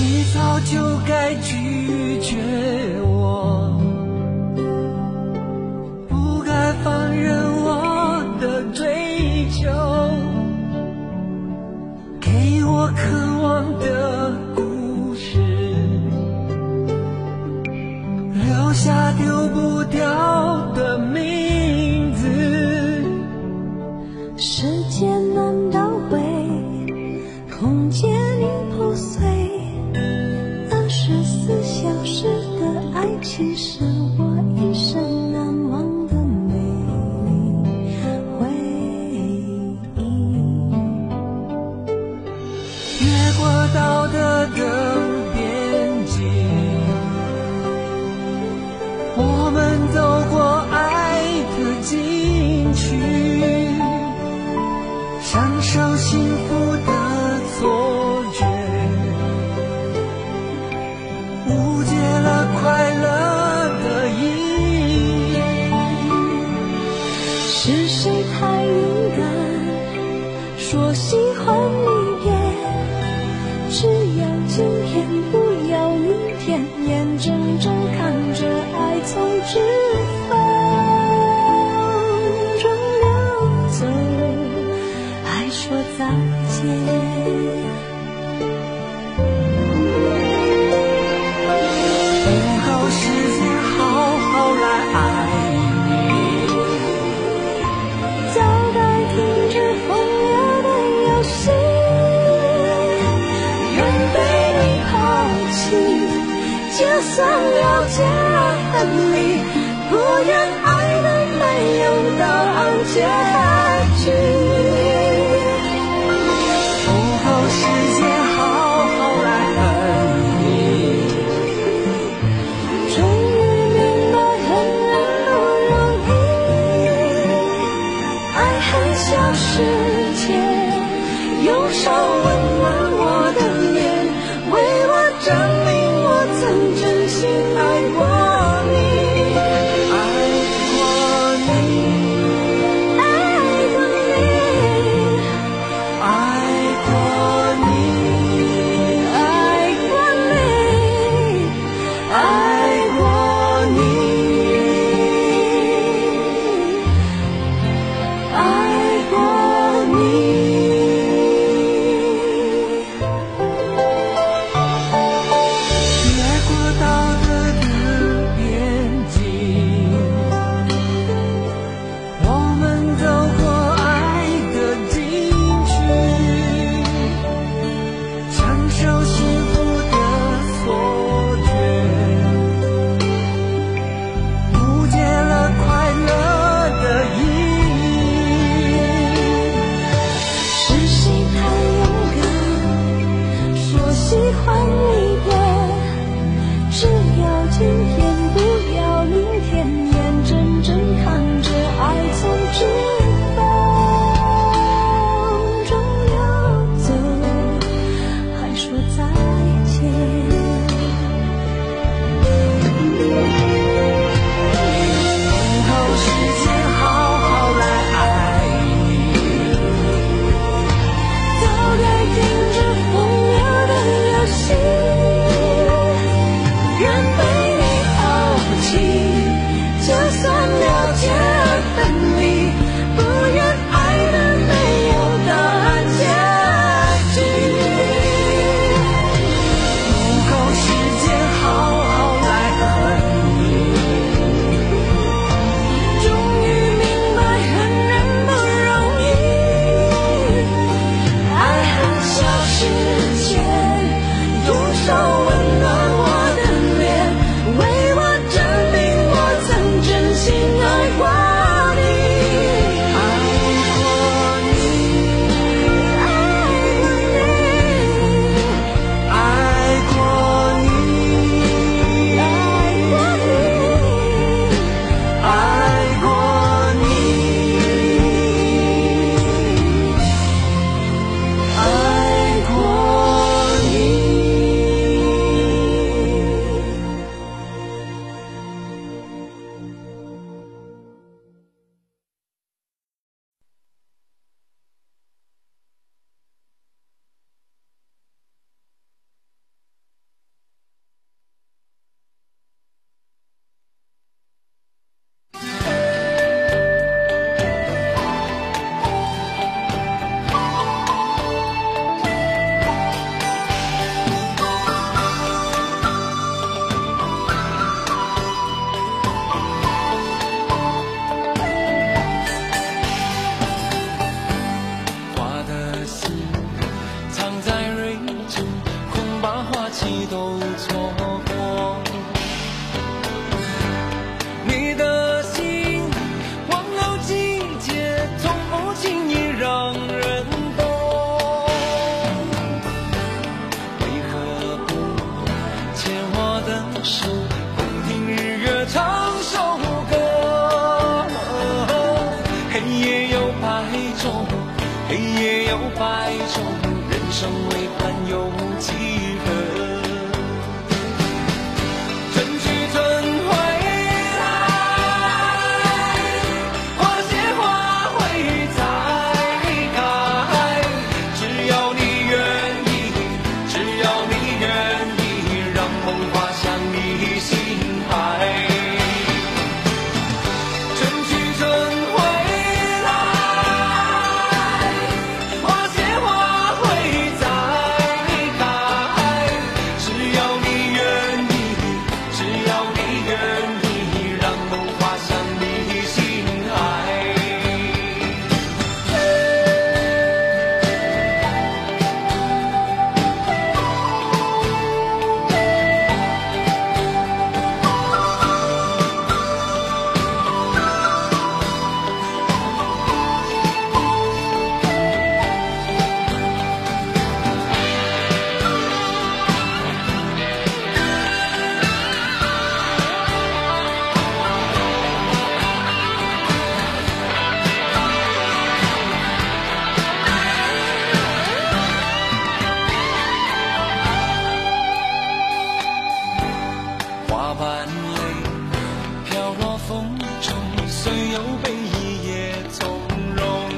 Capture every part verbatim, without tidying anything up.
你早就该拒绝我，不该放任我的追求，给我渴望的故事，留下丢不掉的名字。 时间难倒回，空间已破碎，二十四小时的爱情是我一生难忘的美丽回忆。 越过道德的边境，我们走过爱的禁区，享受幸福的错觉，误解了快乐的意义。 是谁太勇敢，说喜欢离别，只要今天不要明天，眼睁睁看着爱从指缝中流走，还说再见。 不够时间好好来爱你， 早该停止风流的游戏，愿被你抛弃，就算了解了分离，不愿爱的没有答案结局。 不够时间好好来恨你， 终于明白恨人不容易，爱恨消失前，用手温暖我的脸，为我证明我曾真心爱过你， 爱过你， 爱过你， 爱过你， 爱过你，爱过你，爱过你。 越过道德的边境，我们走过爱的禁区，享受幸福的错觉，误解了快乐的意义。 是谁太勇敢，说喜欢离别，只要今天不要明天，眼睁睁看着爱从指缝中流走，还说再见。 不够时间好好来爱你， 早该停止风流的游戏，愿被你抛弃，就算了解了分离，不愿爱的没有答案结局。 不够时间好好来恨你， 终于明白恨人不容易，爱恨消失前，用手温暖我的脸，为我证明我曾真心爱过你， 爱过你， 爱过你， 爱过你， 爱过你， 爱过你，爱过你。 都错过。你的心忘了季节，从不轻易让人懂。为何不牵我的手，共听日月唱首歌？黑夜有白昼，黑夜有白昼，人生为盼有几何？春去春回来，花谢花会再开。只要你愿意，只要你愿意，让梦滑向你心海。春去春回来，花谢花会再开。只要你愿意，只要你愿意，让梦滑向你心海。花瓣泪飘落风中，虽有悲意也从容。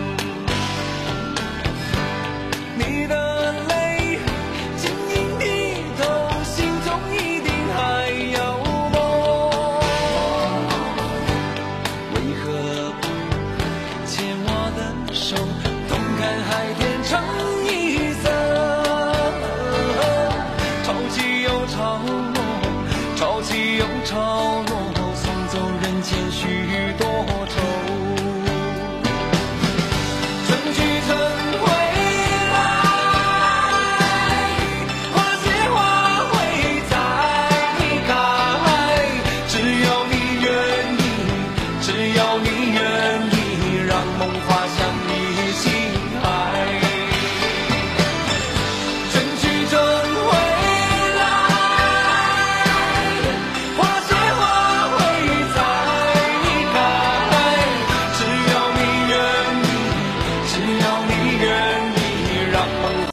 你的泪晶莹剔透，心中一定还有梦。为何不牵我的手，同看海天成一色？潮起又潮落，潮起又潮落，送走人间虚